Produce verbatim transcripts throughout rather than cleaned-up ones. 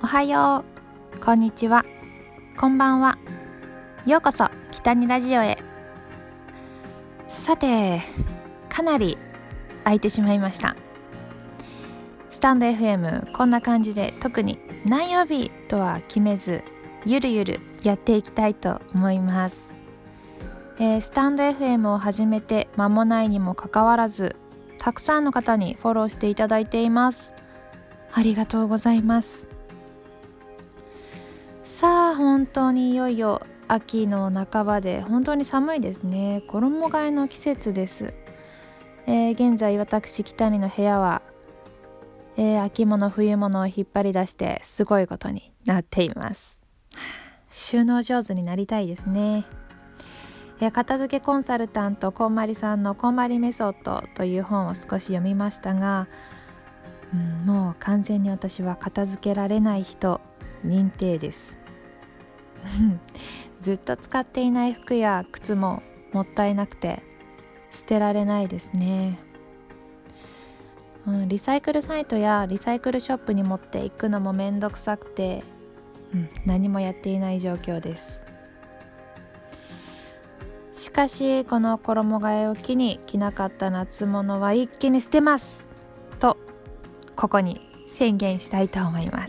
はよう、こんにちは、こんばんは。ようこそ北にラジオへ。さて、かなり空いてしまいました。スタンド エフエム こんな感じで特に何曜日とは決めずゆるゆるやっていきたいと思います。えー、スタンド エフエム を始めて間もないにもかかわらずたくさんの方にフォローしていただいています。ありがとうございます。さあ、本当にいよいよ秋の半ばで本当に寒いですね。衣替えの季節です。えー、現在私北にの部屋は、えー、秋物冬物を引っ張り出してすごいことになっています。収納上手になりたいですね。えー、片付けコンサルタントこんまりさんのこんまりメソッドという本を少し読みましたが、うん、もう完全に私は片付けられない人認定ですずっと使っていない服や靴ももったいなくて捨てられないですね、うん、リサイクルサイトやリサイクルショップに持っていくのもめんどくさくて、うん、何もやっていない状況です。しかしこの衣替えを機に着なかった夏物は一気に捨てますとここに宣言したいと思います。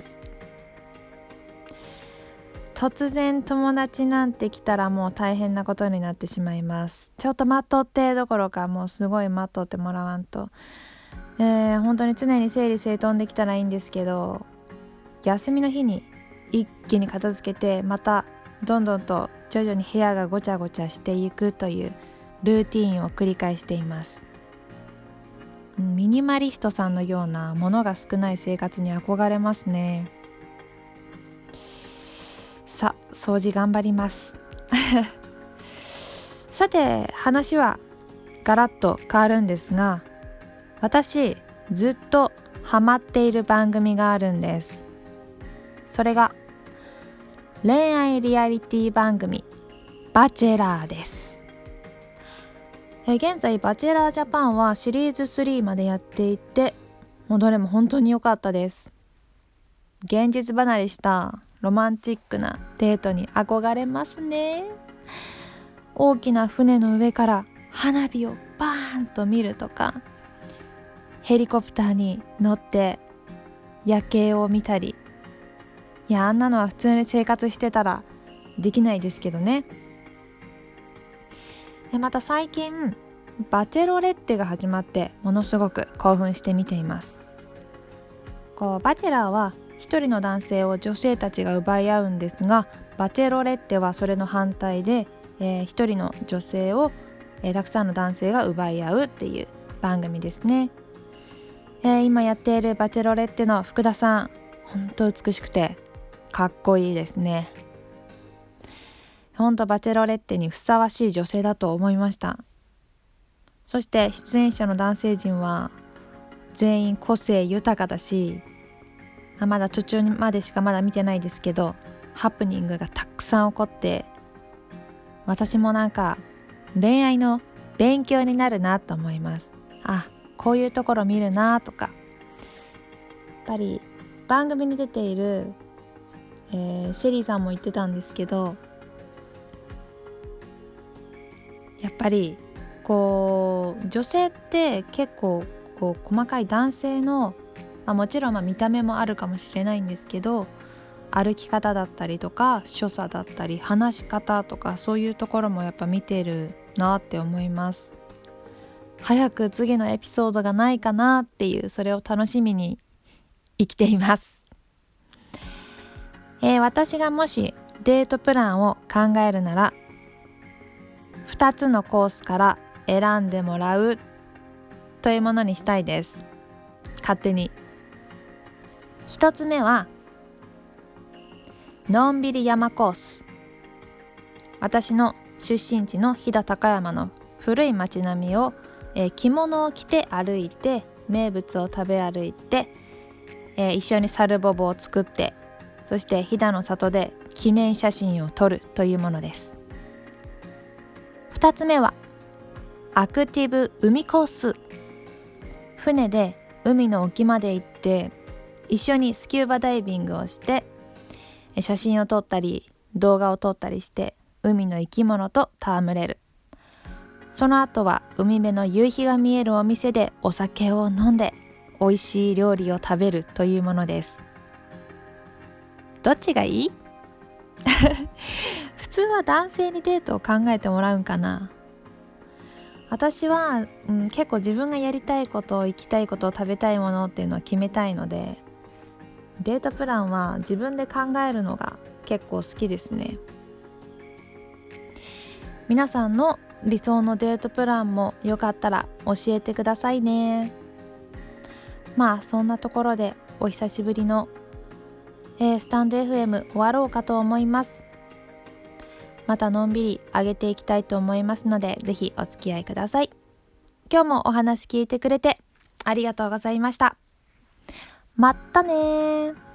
突然友達なんて来たらもう大変なことになってしまいます。ちょっと待っとってどころかもうすごい待っとってもらわんと、えー、本当に常に整理整頓できたらいいんですけど、休みの日に一気に片付けてまたどんどんと徐々に部屋がごちゃごちゃしていくというルーティーンを繰り返しています。ミニマリストさんのようなものが少ない生活に憧れますね。さあ、掃除頑張りますさて、話はガラッと変わるんですが、私ずっとハマっている番組があるんです。それが恋愛リアリティ番組バチェラーです。え現在バチェラージャパンはシリーズスリーまでやっていて、もうどれも本当に良かったです。現実離れしたロマンチックなデートに憧れますね。大きな船の上から花火をバーンと見るとか、ヘリコプターに乗って夜景を見たり、いや、あんなのは普通に生活してたらできないですけどね。でまた最近バチェロレッテが始まってものすごく興奮して見ています。こうバチェラーは一人の男性を女性たちが奪い合うんですが、バチェロレッテはそれの反対で、えー、一人の女性を、えー、たくさんの男性が奪い合うっていう番組ですね。えー、今やっているバチェロレッテの福田さん、本当美しくてかっこいいですね。本当バチェロレッテにふさわしい女性だと思いました。そして出演者の男性陣は全員個性豊かだし、まだ途中までしかまだ見てないですけど、ハプニングがたくさん起こって、私もなんか恋愛の勉強になるなと思います。あ、こういうところ見るなとか。やっぱり番組に出ている、えー、シェリーさんも言ってたんですけど、やっぱりこう女性って結構こう細かい男性の、まあ、もちろんまあ見た目もあるかもしれないんですけど、歩き方だったりとか所作だったり話し方とか、そういうところもやっぱ見てるなって思います。早く次のエピソードがないかなっていう、それを楽しみに生きています。えー、私がもしデートプランを考えるならふたつのコースから選んでもらうというものにしたいです。勝手に。ひとつめはのんびり山コース。私の出身地の飛騨高山の古い町並みを、えー、着物を着て歩いて、名物を食べ歩いて、えー、一緒に猿ボボを作って、そして飛騨の里で記念写真を撮るというものです。ふたつめはアクティブ海コース。船で海の沖まで行って、一緒にスキューバダイビングをして写真を撮ったり動画を撮ったりして海の生き物と戯れる。その後は海辺の夕日が見えるお店でお酒を飲んで美味しい料理を食べるというものです。どっちがいい？普通は男性にデートを考えてもらうんかな。私は、うん、結構自分がやりたいこと行きたいこと食べたいものっていうのを決めたいので、デートプランは自分で考えるのが結構好きですね。皆さんの理想のデートプランもよかったら教えてくださいね。まあそんなところでお久しぶりの、えー、スタンド エフエム 終わろうかと思います。またのんびり上げていきたいと思いますので、ぜひお付き合いください。今日もお話聞いてくれてありがとうございました。まったねー。